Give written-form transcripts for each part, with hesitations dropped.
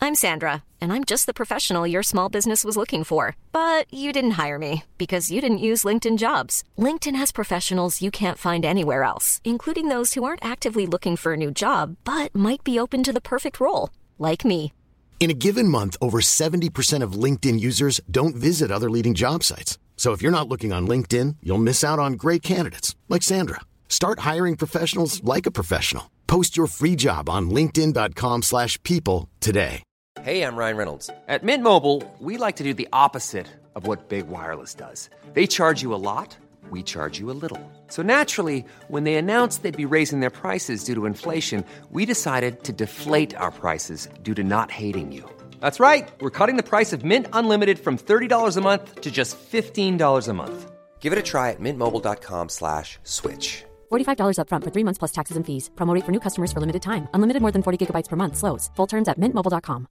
I'm Sandra, and I'm just the professional your small business was looking for. But you didn't hire me because you didn't use LinkedIn Jobs. LinkedIn has professionals you can't find anywhere else, including those who aren't actively looking for a new job, but might be open to the perfect role, like me. In a given month, over 70% of LinkedIn users don't visit other leading job sites. So if you're not looking on LinkedIn, you'll miss out on great candidates like Sandra. Start hiring professionals like a professional. Post your free job on linkedin.com/people today. Hey, I'm Ryan Reynolds. At Mint Mobile, we like to do the opposite of what Big Wireless does. They charge you a lot, we charge you a little. So naturally, when they announced they'd be raising their prices due to inflation, we decided to deflate our prices due to not hating you. That's right. We're cutting the price of Mint Unlimited from $30 a month to just $15 a month. Give it a try at mintmobile.com/switch. $45 up front for 3 months plus taxes and fees. Promo rate for new customers for limited time. Unlimited more than 40 gigabytes per month. Slows full terms at mintmobile.com.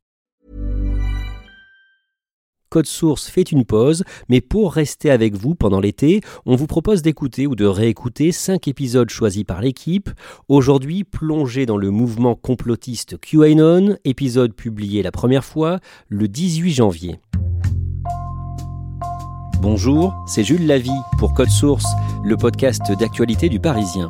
Code Source fait une pause, mais pour rester avec vous pendant l'été, on vous propose d'écouter ou de réécouter 5 épisodes choisis par l'équipe. Aujourd'hui, plongé dans le mouvement complotiste QAnon, épisode publié la première fois le 18 janvier. Bonjour, c'est Jules Lavie pour Code Source, le podcast d'actualité du Parisien.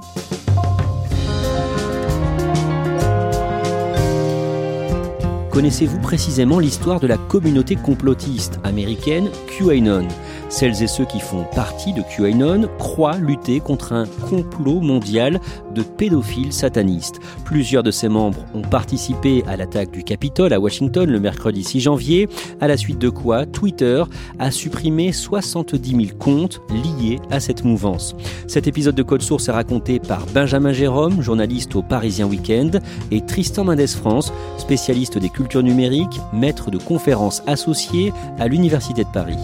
Connaissez-vous précisément l'histoire de la communauté complotiste américaine QAnon ? Celles et ceux qui font partie de QAnon croient lutter contre un complot mondial de pédophiles satanistes. Plusieurs de ses membres ont participé à l'attaque du Capitole à Washington le mercredi 6 janvier, à la suite de quoi Twitter a supprimé 70 000 comptes liés à cette mouvance. Cet épisode de Code Source est raconté par Benjamin Jérôme, journaliste au Parisien Week-end, et Tristan Mendes France, spécialiste des cultures numériques, maître de conférences associé à l'Université de Paris.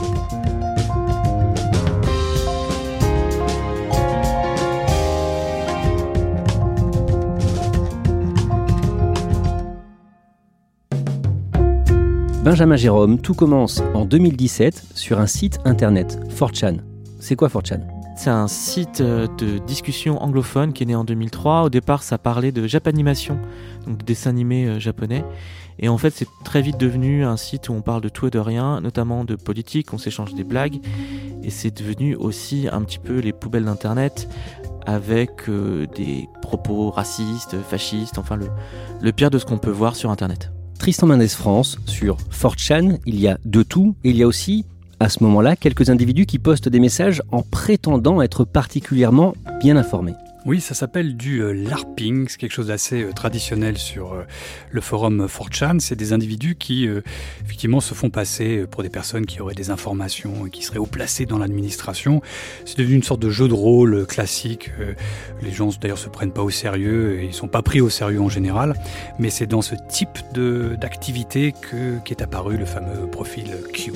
Benjamin Jérôme, tout commence en 2017 sur un site internet, 4chan. C'est quoi 4chan ? C'est un site de discussion anglophone qui est né en 2003. Au départ, ça parlait de Japanimation, donc de dessins animés japonais. Et en fait, c'est très vite devenu un site où on parle de tout et de rien, notamment de politique, on s'échange des blagues. Et c'est devenu aussi un petit peu les poubelles d'Internet, avec des propos racistes, fascistes, enfin le pire de ce qu'on peut voir sur Internet. Tristan Mendes France, sur 4chan, il y a de tout, et il y a aussi, à ce moment-là, quelques individus qui postent des messages en prétendant être particulièrement bien informés. Oui, ça s'appelle du LARPing, c'est quelque chose d'assez traditionnel sur le forum 4chan. C'est des individus qui, effectivement, se font passer pour des personnes qui auraient des informations et qui seraient haut placées dans l'administration. C'est devenu une sorte de jeu de rôle classique. Les gens, d'ailleurs, se prennent pas au sérieux et ils sont pas pris au sérieux en général. Mais c'est dans ce type d'activité qu'est apparu le fameux profil Q.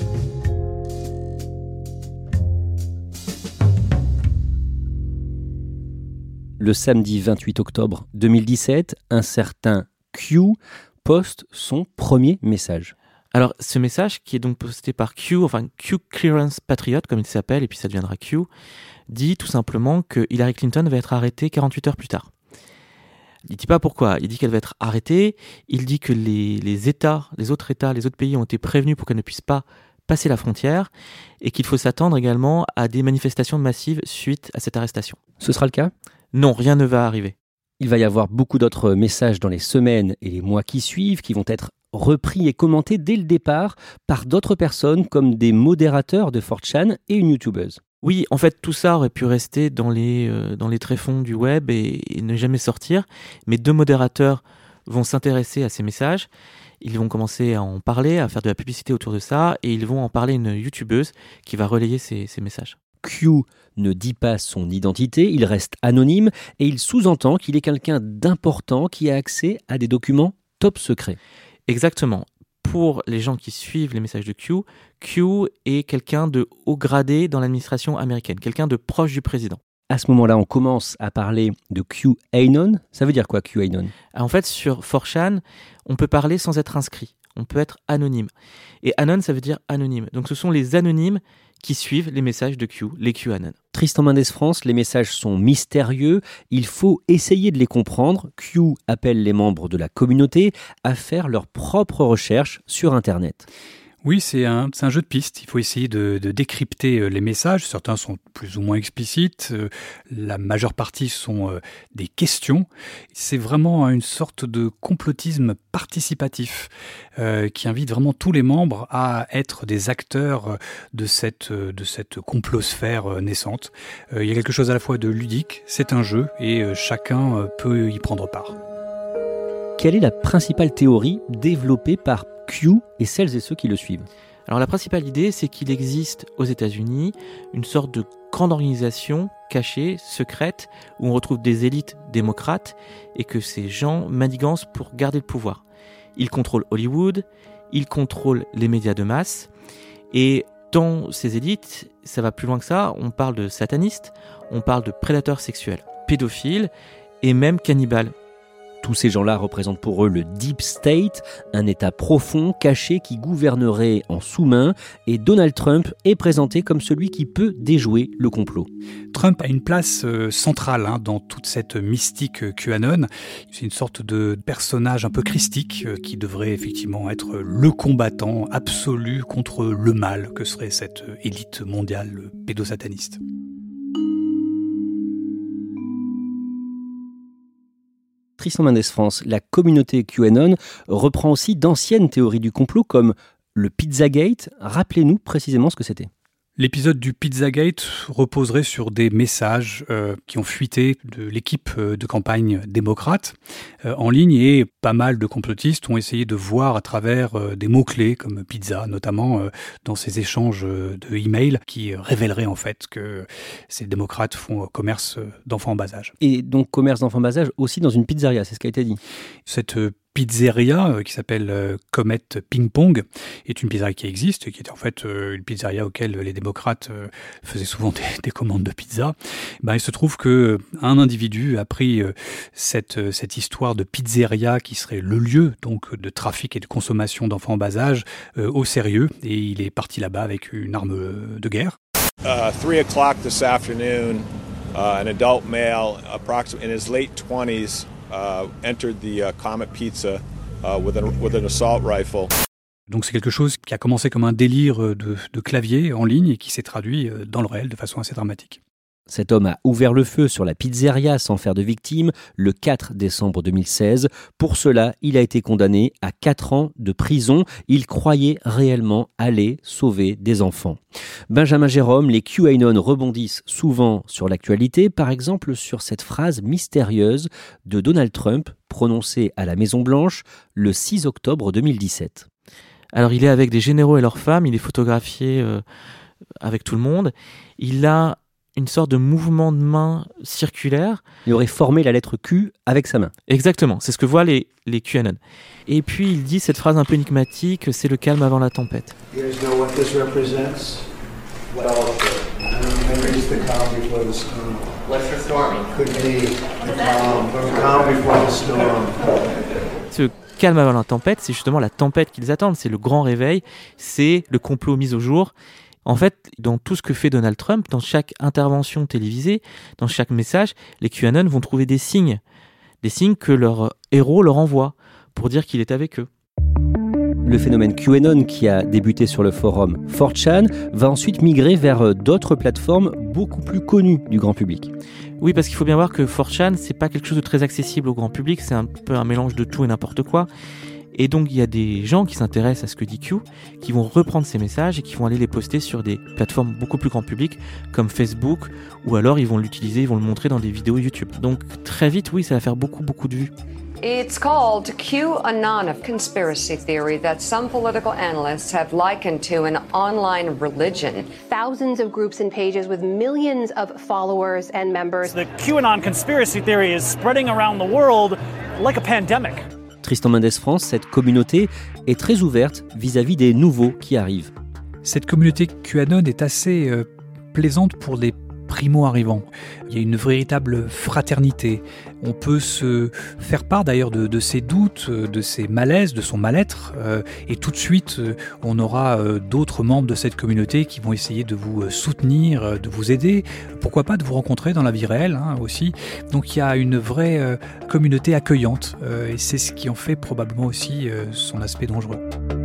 Le samedi 28 octobre 2017, un certain Q poste son premier message. Alors, ce message, qui est donc posté par Q, enfin Q Clearance Patriot, comme il s'appelle, et puis ça deviendra Q, dit tout simplement que Hillary Clinton va être arrêtée 48 heures plus tard. Il ne dit pas pourquoi, il dit qu'elle va être arrêtée, il dit que les États, les autres pays ont été prévenus pour qu'elle ne puisse pas passer la frontière, et qu'il faut s'attendre également à des manifestations massives suite à cette arrestation. Ce sera le cas ? Non, rien ne va arriver. Il va y avoir beaucoup d'autres messages dans les semaines et les mois qui suivent qui vont être repris et commentés dès le départ par d'autres personnes comme des modérateurs de 4chan et une youtubeuse. Oui, en fait, tout ça aurait pu rester dans les tréfonds du web et ne jamais sortir. Mais 2 modérateurs vont s'intéresser à ces messages. Ils vont commencer à en parler, à faire de la publicité autour de ça, et ils vont en parler à une youtubeuse qui va relayer ces messages. Q ne dit pas son identité, il reste anonyme et il sous-entend qu'il est quelqu'un d'important qui a accès à des documents top secrets. Exactement. Pour les gens qui suivent les messages de Q, Q est quelqu'un de haut gradé dans l'administration américaine, quelqu'un de proche du président. À ce moment-là, on commence à parler de QAnon. Ça veut dire quoi, QAnon ? En fait, sur 4chan, on peut parler sans être inscrit. On peut être anonyme. Et anon, ça veut dire anonyme. Donc ce sont les anonymes qui suivent les messages de Q, les QAnon. Tristan Mendes France, les messages sont mystérieux, il faut essayer de les comprendre. Q appelle les membres de la communauté à faire leurs propres recherches sur Internet. Oui, c'est un jeu de pistes. Il faut essayer de décrypter les messages. Certains sont plus ou moins explicites. La majeure partie sont des questions. C'est vraiment une sorte de complotisme participatif qui invite vraiment tous les membres à être des acteurs de cette complosphère naissante. Il y a quelque chose à la fois de ludique, c'est un jeu et chacun peut y prendre part. Quelle est la principale théorie développée par Q et celles et ceux qui le suivent? Alors la principale idée, c'est qu'il existe aux États-Unis une sorte de grande organisation cachée, secrète, où on retrouve des élites démocrates et que ces gens manigancent pour garder le pouvoir. Ils contrôlent Hollywood, ils contrôlent les médias de masse et dans ces élites, ça va plus loin que ça, on parle de satanistes, on parle de prédateurs sexuels, pédophiles et même cannibales. Tous ces gens-là représentent pour eux le Deep State, un État profond, caché, qui gouvernerait en sous-main, et Donald Trump est présenté comme celui qui peut déjouer le complot. Trump a une place centrale dans toute cette mystique QAnon. C'est une sorte de personnage un peu christique qui devrait effectivement être le combattant absolu contre le mal que serait cette élite mondiale pédosataniste. Tristan Mendes France, la communauté QAnon reprend aussi d'anciennes théories du complot comme le Pizzagate. Rappelez-nous précisément ce que c'était. L'épisode du Pizzagate reposerait sur des messages qui ont fuité de l'équipe de campagne démocrate en ligne et pas mal de complotistes ont essayé de voir à travers des mots-clés comme pizza, notamment dans ces échanges de emails qui révéleraient en fait que ces démocrates font commerce d'enfants en bas âge. Et donc commerce d'enfants en bas âge aussi dans une pizzeria, c'est ce qui a été dit. Cette pizzeria qui s'appelle Comet Ping Pong est une pizzeria qui existe, qui était en fait une pizzeria auquel les démocrates faisaient souvent des commandes de pizza. Il se trouve qu'un individu a pris cette histoire de pizzeria qui serait le lieu donc de trafic et de consommation d'enfants en bas âge au sérieux et il est parti là-bas avec une arme de guerre. 3:00 this afternoon, an adult male, approximately in his late 20s, entered the Comet Pizza with an assault rifle. Donc c'est quelque chose qui a commencé comme un délire de clavier en ligne et qui s'est traduit dans le réel de façon assez dramatique. Cet homme a ouvert le feu sur la pizzeria sans faire de victime le 4 décembre 2016. Pour cela, il a été condamné à 4 ans de prison. Il croyait réellement aller sauver des enfants. Benjamin Jérôme, les QAnon rebondissent souvent sur l'actualité, par exemple sur cette phrase mystérieuse de Donald Trump prononcée à la Maison-Blanche le 6 octobre 2017. Alors il est avec des généraux et leurs femmes, il est photographié avec tout le monde. Il a une sorte de mouvement de main circulaire. Il aurait formé la lettre Q avec sa main. Exactement, c'est ce que voient les QAnon. Et puis il dit cette phrase un peu énigmatique, c'est le calme avant la tempête. You guys know what this represents? Maybe it's the calm before the storm. What's the storm? Could be the calm before the storm. Ce calme avant la tempête, c'est justement la tempête qu'ils attendent, c'est le grand réveil, c'est le complot mis au jour. En fait, dans tout ce que fait Donald Trump, dans chaque intervention télévisée, dans chaque message, les QAnon vont trouver des signes que leur héros leur envoie pour dire qu'il est avec eux. Le phénomène QAnon qui a débuté sur le forum 4chan va ensuite migrer vers d'autres plateformes beaucoup plus connues du grand public. Oui, parce qu'il faut bien voir que 4chan, c'est pas quelque chose de très accessible au grand public, c'est un peu un mélange de tout et n'importe quoi. Et donc il y a des gens qui s'intéressent à ce que dit Q, qui vont reprendre ces messages et qui vont aller les poster sur des plateformes beaucoup plus grand public, comme Facebook, ou alors ils vont l'utiliser, ils vont le montrer dans des vidéos YouTube. Donc très vite, oui, ça va faire beaucoup de vues. It's called QAnon, a conspiracy theory that some political analysts have likened to an online religion. Thousands of groups and pages with millions of followers and members. The QAnon conspiracy theory is spreading around the world like a pandemic. Tristan Mendes France, cette communauté est très ouverte vis-à-vis des nouveaux qui arrivent. Cette communauté QAnon est assez plaisante pour les primo-arrivants. Il y a une véritable fraternité. On peut se faire part d'ailleurs de ses doutes, de ses malaises, de son mal-être, et tout de suite, on aura d'autres membres de cette communauté qui vont essayer de vous soutenir, de vous aider, pourquoi pas de vous rencontrer dans la vie réelle aussi. Donc il y a une vraie communauté accueillante, et c'est ce qui en fait probablement aussi son aspect dangereux.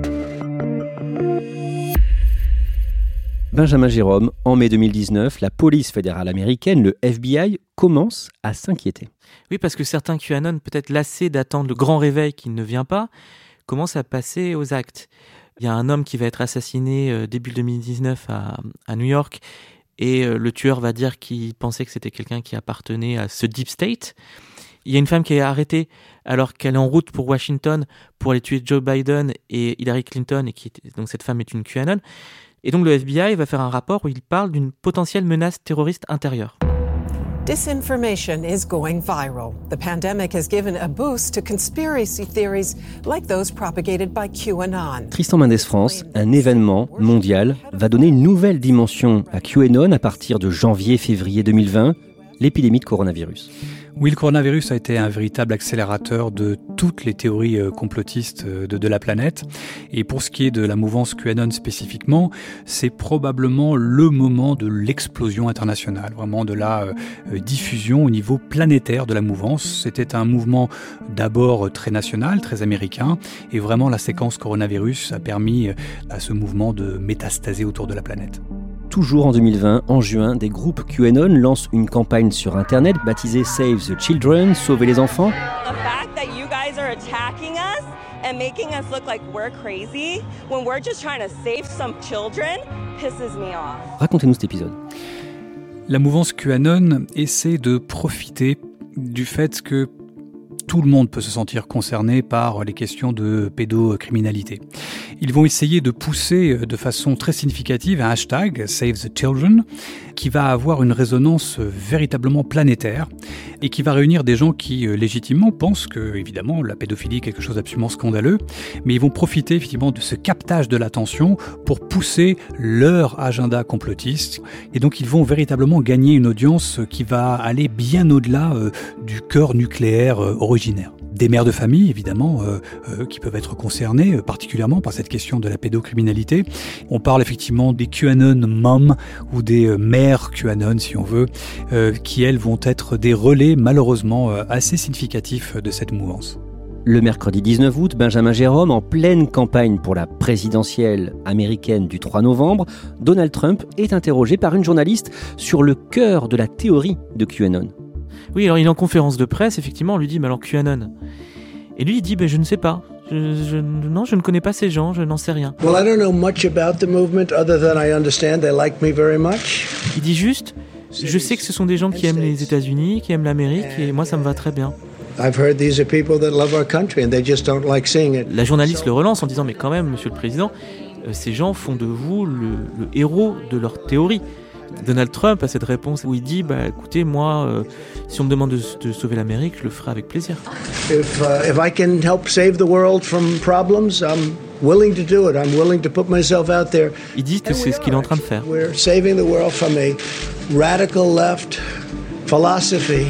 Benjamin Jérôme, en mai 2019, la police fédérale américaine, le FBI, commence à s'inquiéter. Oui, parce que certains QAnon, peut-être lassés d'attendre le grand réveil qui ne vient pas, commencent à passer aux actes. Il y a un homme qui va être assassiné début 2019 à New York, et le tueur va dire qu'il pensait que c'était quelqu'un qui appartenait à ce Deep State. Il y a une femme qui est arrêtée alors qu'elle est en route pour Washington pour aller tuer Joe Biden et Hillary Clinton, et donc cette femme est une QAnon. Et donc le FBI va faire un rapport où il parle d'une potentielle menace terroriste intérieure. Disinformation is going viral. The pandemic has given a boost to conspiracy theories like those propagated by QAnon. Tristan Mendes France, un événement mondial, va donner une nouvelle dimension à QAnon à partir de janvier-février 2020, l'épidémie de coronavirus. Oui, le coronavirus a été un véritable accélérateur de toutes les théories complotistes de la planète. Et pour ce qui est de la mouvance QAnon spécifiquement, c'est probablement le moment de l'explosion internationale, vraiment de la diffusion au niveau planétaire de la mouvance. C'était un mouvement d'abord très national, très américain, et vraiment la séquence coronavirus a permis à ce mouvement de métastaser autour de la planète. Toujours en 2020, en juin, des groupes QAnon lancent une campagne sur Internet baptisée Save the Children, Sauver les enfants. The fact that you guys are attacking us and making us look like we're crazy when we're just trying to save some children pisses me off. Racontez-nous cet épisode. La mouvance QAnon essaie de profiter du fait que tout le monde peut se sentir concerné par les questions de pédocriminalité. Ils vont essayer de pousser de façon très significative un hashtag Save the Children qui va avoir une résonance véritablement planétaire et qui va réunir des gens qui légitimement pensent que, évidemment, la pédophilie est quelque chose d'absolument scandaleux, mais ils vont profiter effectivement de ce captage de l'attention pour pousser leur agenda complotiste. Et donc ils vont véritablement gagner une audience qui va aller bien au-delà du cœur nucléaire originaire. Des mères de famille, évidemment, qui peuvent être concernées particulièrement par cette question de la pédocriminalité. On parle effectivement des QAnon moms ou des mères QAnon, si on veut, qui, elles, vont être des relais, malheureusement, assez significatifs de cette mouvance. Le mercredi 19 août, Benjamin Jérôme, en pleine campagne pour la présidentielle américaine du 3 novembre, Donald Trump est interrogé par une journaliste sur le cœur de la théorie de QAnon. Oui, alors il est en conférence de presse, effectivement, on lui dit « mais alors QAnon ?» Et lui, il dit « je ne sais pas, non, je ne connais pas ces gens, je n'en sais rien. » Well, I don't know much about the movement other than I understand they like me very much. Il dit juste « je sais que ce sont des gens qui aiment les États-Unis, qui aiment l'Amérique, et moi ça me va très bien. » I've heard these are people that love our country and they just don't like seeing it. La journaliste le relance en disant « mais quand même, monsieur le président, ces gens font de vous le héros de leur théorie. » Donald Trump a cette réponse où il dit écoutez, moi, si on me demande de sauver l'Amérique, je le ferai avec plaisir. If I can help save the world from problems, I'm willing to do it. I'm willing to put myself out there. Il dit que c'est ce qu'il est en train de faire. We're saving the world from a radical left philosophy.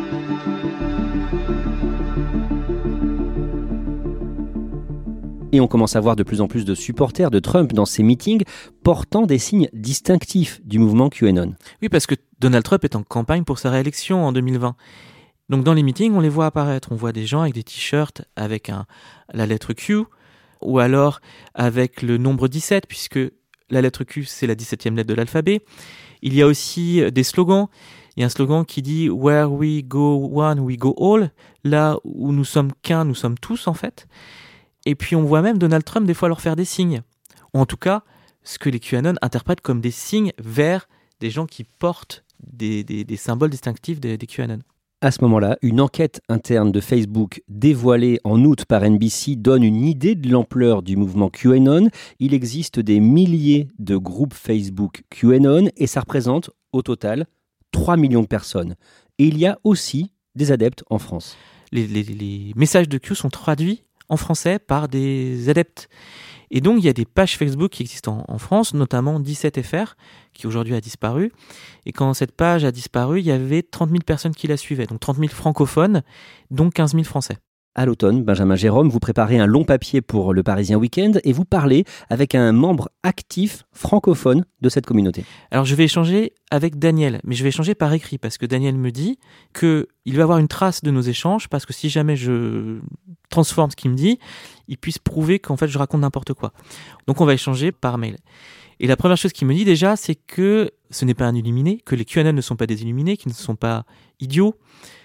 Et on commence à voir de plus en plus de supporters de Trump dans ses meetings portant des signes distinctifs du mouvement QAnon. Oui, parce que Donald Trump est en campagne pour sa réélection en 2020. Donc dans les meetings, on les voit apparaître. On voit des gens avec des t-shirts avec la lettre Q, ou alors avec le nombre 17, puisque la lettre Q, c'est la 17e lettre de l'alphabet. Il y a aussi des slogans. Il y a un slogan qui dit « Where we go one, we go all ». Là où nous sommes qu'un, nous sommes tous, en fait. Et puis on voit même Donald Trump des fois leur faire des signes. Ou en tout cas, ce que les QAnon interprètent comme des signes vers des gens qui portent des symboles distinctifs des QAnon. À ce moment-là, une enquête interne de Facebook dévoilée en août par NBC donne une idée de l'ampleur du mouvement QAnon. Il existe des milliers de groupes Facebook QAnon et ça représente au total 3 millions de personnes. Et il y a aussi des adeptes en France. Les messages de Q sont traduits en français par des adeptes. Et donc, il y a des pages Facebook qui existent en France, notamment 17FR, qui aujourd'hui a disparu. Et quand cette page a disparu, il y avait 30 000 personnes qui la suivaient, donc 30 000 francophones, dont 15 000 français. À l'automne, Benjamin Jérôme, vous préparez un long papier pour le Parisien Week-end et vous parlez avec un membre actif francophone de cette communauté. Alors je vais échanger avec Daniel, mais je vais échanger par écrit parce que Daniel me dit qu'il va avoir une trace de nos échanges parce que si jamais je transforme ce qu'il me dit, il puisse prouver qu'en fait je raconte n'importe quoi. Donc on va échanger par mail. Et la première chose qu'il me dit déjà, c'est que ce n'est pas un illuminé, que les QAnon ne sont pas des illuminés, qu'ils ne sont pas idiots,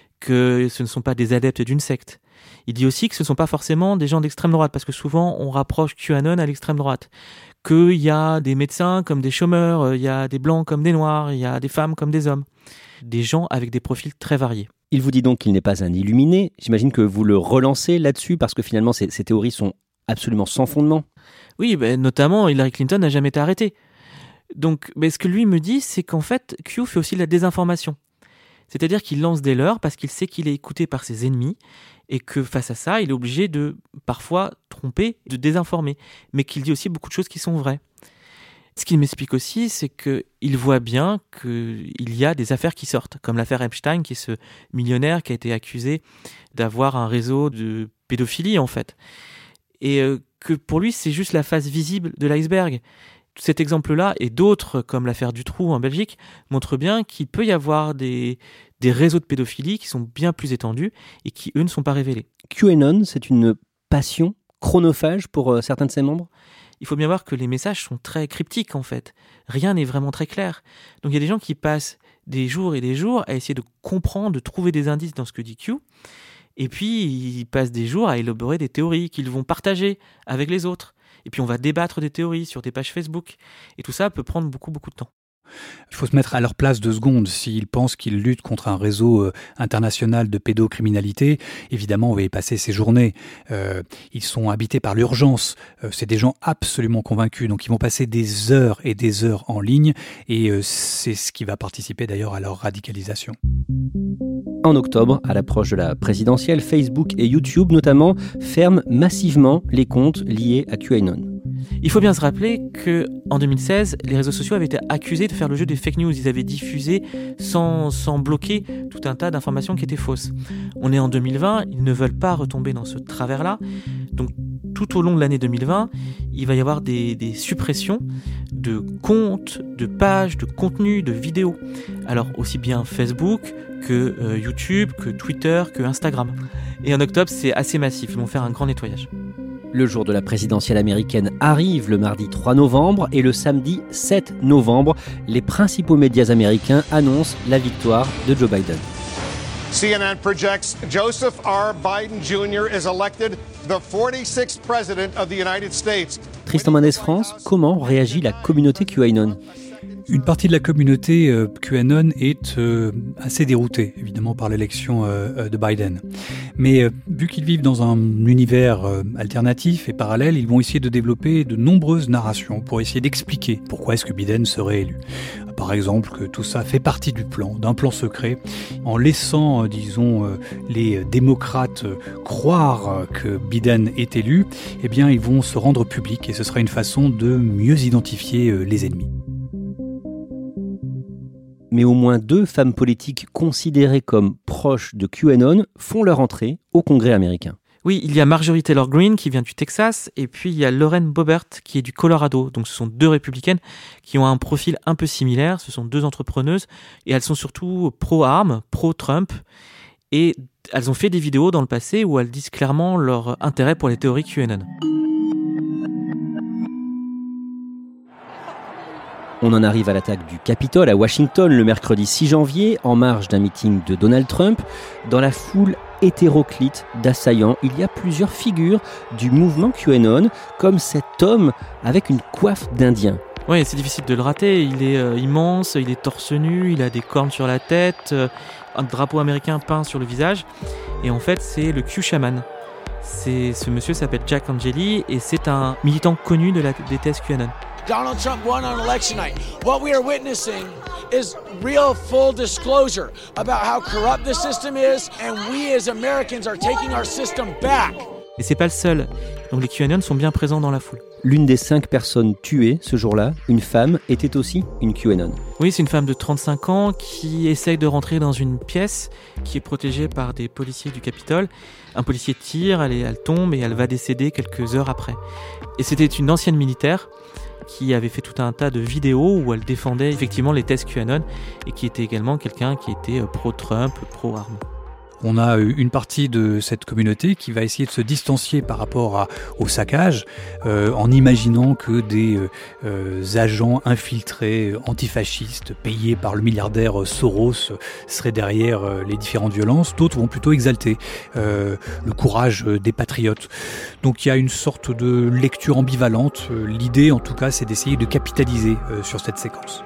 que ce ne sont pas des adeptes d'une secte. Il dit aussi que ce ne sont pas forcément des gens d'extrême droite, parce que souvent on rapproche QAnon à l'extrême droite. Qu'il y a des médecins comme des chômeurs, il y a des blancs comme des noirs, il y a des femmes comme des hommes. Des gens avec des profils très variés. Il vous dit donc qu'il n'est pas un illuminé. J'imagine que vous le relancez là-dessus, parce que finalement ces théories sont absolument sans fondement. Oui, notamment Hillary Clinton n'a jamais été arrêtée. Donc, ce que lui me dit, c'est qu'en fait, Q fait aussi de la désinformation. C'est-à-dire qu'il lance des leurres parce qu'il sait qu'il est écouté par ses ennemis et que face à ça, il est obligé de parfois tromper, de désinformer, mais qu'il dit aussi beaucoup de choses qui sont vraies. Ce qu'il m'explique aussi, c'est qu'il voit bien qu'il y a des affaires qui sortent, comme l'affaire Epstein, qui est ce millionnaire qui a été accusé d'avoir un réseau de pédophilie en fait. Et que pour lui, c'est juste la face visible de l'iceberg. Cet exemple-là et d'autres, comme l'affaire Dutroux en Belgique, montrent bien qu'il peut y avoir des réseaux de pédophilie qui sont bien plus étendus et qui, eux, ne sont pas révélés. QAnon, c'est une passion chronophage pour certains de ses membres ? Il faut bien voir que les messages sont très cryptiques, en fait. Rien n'est vraiment très clair. Donc il y a des gens qui passent des jours et des jours à essayer de comprendre, de trouver des indices dans ce que dit Q. Et puis, ils passent des jours à élaborer des théories qu'ils vont partager avec les autres. Et puis on va débattre des théories sur des pages Facebook. Et tout ça peut prendre beaucoup, beaucoup de temps. Il faut se mettre à leur place 2 secondes. S'ils pensent qu'ils luttent contre un réseau international de pédocriminalité, évidemment, on va y passer ces journées. Ils sont habités par l'urgence. C'est des gens absolument convaincus. Donc, ils vont passer des heures et des heures en ligne. Et c'est ce qui va participer d'ailleurs à leur radicalisation. En octobre, à l'approche de la présidentielle, Facebook et YouTube notamment ferment massivement les comptes liés à QAnon. Il faut bien se rappeler qu'en 2016, les réseaux sociaux avaient été accusés de faire le jeu des fake news. Ils avaient diffusé sans bloquer tout un tas d'informations qui étaient fausses. On est en 2020, ils ne veulent pas retomber dans ce travers-là. Donc tout au long de l'année 2020, il va y avoir des suppressions de comptes, de pages, de contenus, de vidéos. Alors aussi bien Facebook que YouTube, que Twitter, que Instagram. Et en octobre, c'est assez massif. Ils vont faire un grand nettoyage. Le jour de la présidentielle américaine arrive le mardi 3 novembre et le samedi 7 novembre, les principaux médias américains annoncent la victoire de Joe Biden. CNN projects Joseph R. Biden Jr. is elected the 46th president of the United States. Tristan Mendes France, comment réagit la communauté QAnon ? Une partie de la communauté QAnon est assez déroutée, évidemment, par l'élection de Biden. Mais vu qu'ils vivent dans un univers alternatif et parallèle, ils vont essayer de développer de nombreuses narrations pour essayer d'expliquer pourquoi est-ce que Biden serait élu. Par exemple, que tout ça fait partie d'un plan secret, en laissant, les démocrates croire que Biden est élu, eh bien, ils vont se rendre publics et ce sera une façon de mieux identifier les ennemis. Mais au moins 2 femmes politiques considérées comme proches de QAnon font leur entrée au Congrès américain. Oui, il y a Marjorie Taylor Greene qui vient du Texas et puis il y a Lauren Boebert qui est du Colorado. Donc ce sont 2 républicaines qui ont un profil un peu similaire. Ce sont 2 entrepreneuses et elles sont surtout pro-armes, pro-Trump. Et elles ont fait des vidéos dans le passé où elles disent clairement leur intérêt pour les théories QAnon. On en arrive à l'attaque du Capitole à Washington le mercredi 6 janvier, en marge d'un meeting de Donald Trump. Dans la foule hétéroclite d'assaillants, il y a plusieurs figures du mouvement QAnon, comme cet homme avec une coiffe d'Indien. Oui, c'est difficile de le rater. Il est immense, il est torse nu, il a des cornes sur la tête, un drapeau américain peint sur le visage. Et en fait, c'est le Q-Shaman. Ce monsieur s'appelle Jack Angeli et c'est un militant connu de la DTS QAnon. Donald Trump won on election night. What we are witnessing is real full disclosure about how corrupt the system is, and we as Americans are taking our system back. Et c'est pas le seul. Donc les QAnon sont bien présents dans la foule. L'une des 5 personnes tuées ce jour-là, une femme, était aussi une QAnon. Oui, c'est une femme de 35 ans qui essaye de rentrer dans une pièce qui est protégée par des policiers du Capitole. Un policier tire, elle tombe et elle va décéder quelques heures après. Et c'était une ancienne militaire qui avait fait tout un tas de vidéos où elle défendait effectivement les thèses QAnon et qui était également quelqu'un qui était pro-Trump, pro-armes. On a une partie de cette communauté qui va essayer de se distancier par rapport au saccage en imaginant que des agents infiltrés antifascistes payés par le milliardaire Soros seraient derrière les différentes violences. D'autres vont plutôt exalter le courage des patriotes. Donc il y a une sorte de lecture ambivalente. L'idée en tout cas c'est d'essayer de capitaliser sur cette séquence.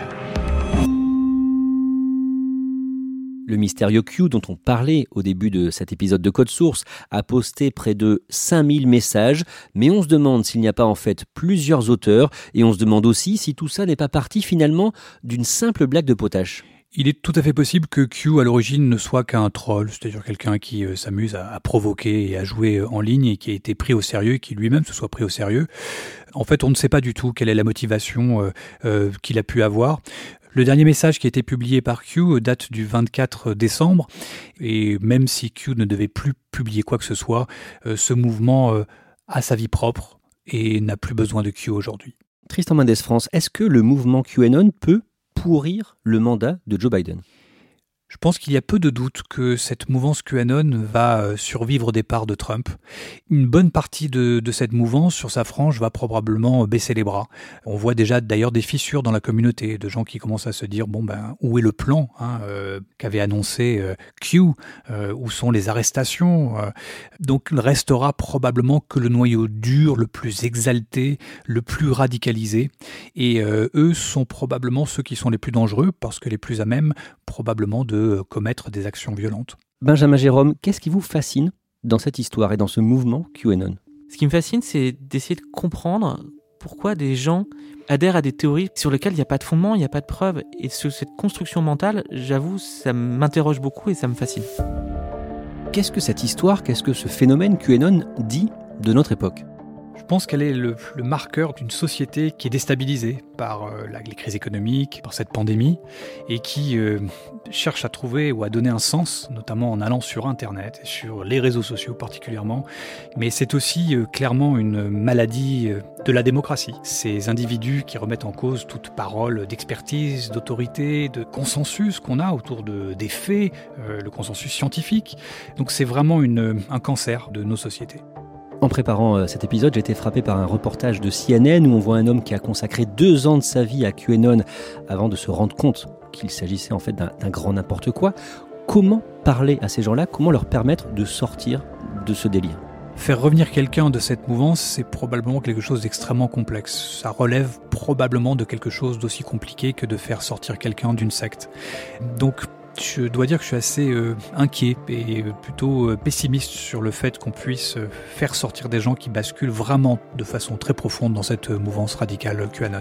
Le mystérieux Q dont on parlait au début de cet épisode de Code Source a posté près de 5000 messages, mais on se demande s'il n'y a pas en fait plusieurs auteurs et on se demande aussi si tout ça n'est pas parti finalement d'une simple blague de potache. Il est tout à fait possible que Q à l'origine ne soit qu'un troll, c'est-à-dire quelqu'un qui s'amuse à provoquer et à jouer en ligne et qui a été pris au sérieux et qui lui-même se soit pris au sérieux. En fait, on ne sait pas du tout quelle est la motivation qu'il a pu avoir. Le dernier message qui a été publié par Q date du 24 décembre et même si Q ne devait plus publier quoi que ce soit, ce mouvement a sa vie propre et n'a plus besoin de Q aujourd'hui. Tristan Mendes France, est-ce que le mouvement QAnon peut pourrir le mandat de Joe Biden ? Je pense qu'il y a peu de doute que cette mouvance QAnon va survivre des parts de Trump. Une bonne partie de cette mouvance, sur sa frange, va probablement baisser les bras. On voit déjà d'ailleurs des fissures dans la communauté, de gens qui commencent à se dire où est le plan qu'avait annoncé Q, où sont les arrestations. Donc il restera probablement que le noyau dur, le plus exalté, le plus radicalisé. Et eux sont probablement ceux qui sont les plus dangereux, parce que les plus à même probablement de commettre des actions violentes. Benjamin Jérôme, qu'est-ce qui vous fascine dans cette histoire et dans ce mouvement QAnon ? Ce qui me fascine, c'est d'essayer de comprendre pourquoi des gens adhèrent à des théories sur lesquelles il n'y a pas de fondement, il n'y a pas de preuve. Et cette construction mentale, j'avoue, ça m'interroge beaucoup et ça me fascine. Qu'est-ce que cette histoire, qu'est-ce que ce phénomène QAnon dit de notre époque ? Je pense qu'elle est le marqueur d'une société qui est déstabilisée par les crises économiques, par cette pandémie, et qui cherche à trouver ou à donner un sens, notamment en allant sur Internet et sur les réseaux sociaux particulièrement. Mais c'est aussi clairement une maladie de la démocratie. Ces individus qui remettent en cause toute parole d'expertise, d'autorité, de consensus qu'on a autour des faits, le consensus scientifique. Donc c'est vraiment un cancer de nos sociétés. En préparant cet épisode, j'ai été frappé par un reportage de CNN où on voit un homme qui a consacré 2 ans de sa vie à QAnon avant de se rendre compte qu'il s'agissait en fait d'un grand n'importe quoi. Comment parler à ces gens-là ? Comment leur permettre de sortir de ce délire ? Faire revenir quelqu'un de cette mouvance, c'est probablement quelque chose d'extrêmement complexe. Ça relève probablement de quelque chose d'aussi compliqué que de faire sortir quelqu'un d'une secte. Donc, je dois dire que je suis assez inquiet et plutôt pessimiste sur le fait qu'on puisse faire sortir des gens qui basculent vraiment de façon très profonde dans cette mouvance radicale QAnon.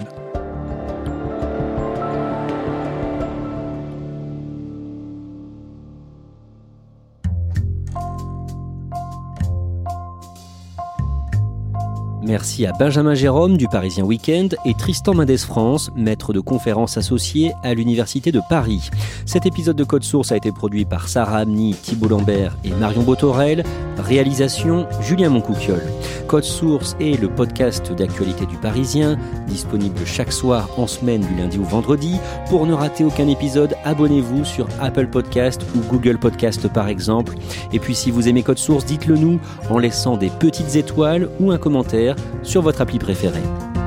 Merci à Benjamin Jérôme du Parisien Week-end et Tristan Mendes France, maître de conférences associé à l'Université de Paris. Cet épisode de Code Source a été produit par Sarah Amni, Thibault Lambert et Marion Botorel. Réalisation Julien Moncouquiol. Code Source est le podcast d'actualité du Parisien, disponible chaque soir en semaine du lundi au vendredi. Pour ne rater aucun épisode, abonnez-vous sur Apple Podcast ou Google Podcast par exemple. Et puis si vous aimez Code Source, dites-le nous en laissant des petites étoiles ou un commentaire sur votre appli préférée.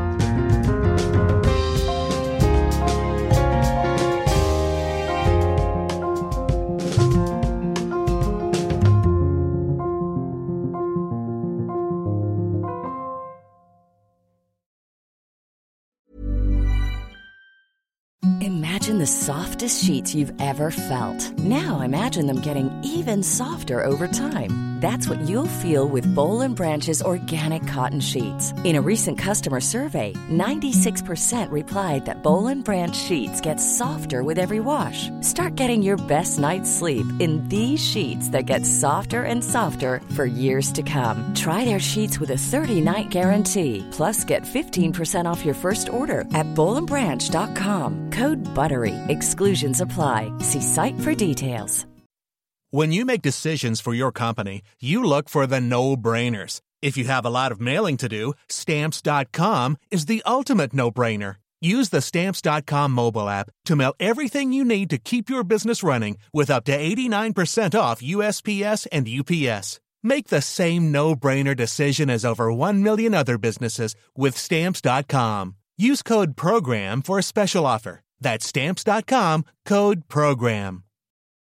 Imagine the softest sheets you've ever felt. Now imagine them getting even softer over time. That's what you'll feel with Boll & Branch's organic cotton sheets. In a recent customer survey, 96% replied that Boll & Branch sheets get softer with every wash. Start getting your best night's sleep in these sheets that get softer and softer for years to come. Try their sheets with a 30-night guarantee. Plus, get 15% off your first order at bollandbranch.com. Code BUTTERY. Exclusions apply. See site for details. When you make decisions for your company, you look for the no-brainers. If you have a lot of mailing to do, Stamps.com is the ultimate no-brainer. Use the Stamps.com mobile app to mail everything you need to keep your business running with up to 89% off USPS and UPS. Make the same no-brainer decision as over 1 million other businesses with Stamps.com. Use code PROGRAM for a special offer. That's Stamps.com, code PROGRAM.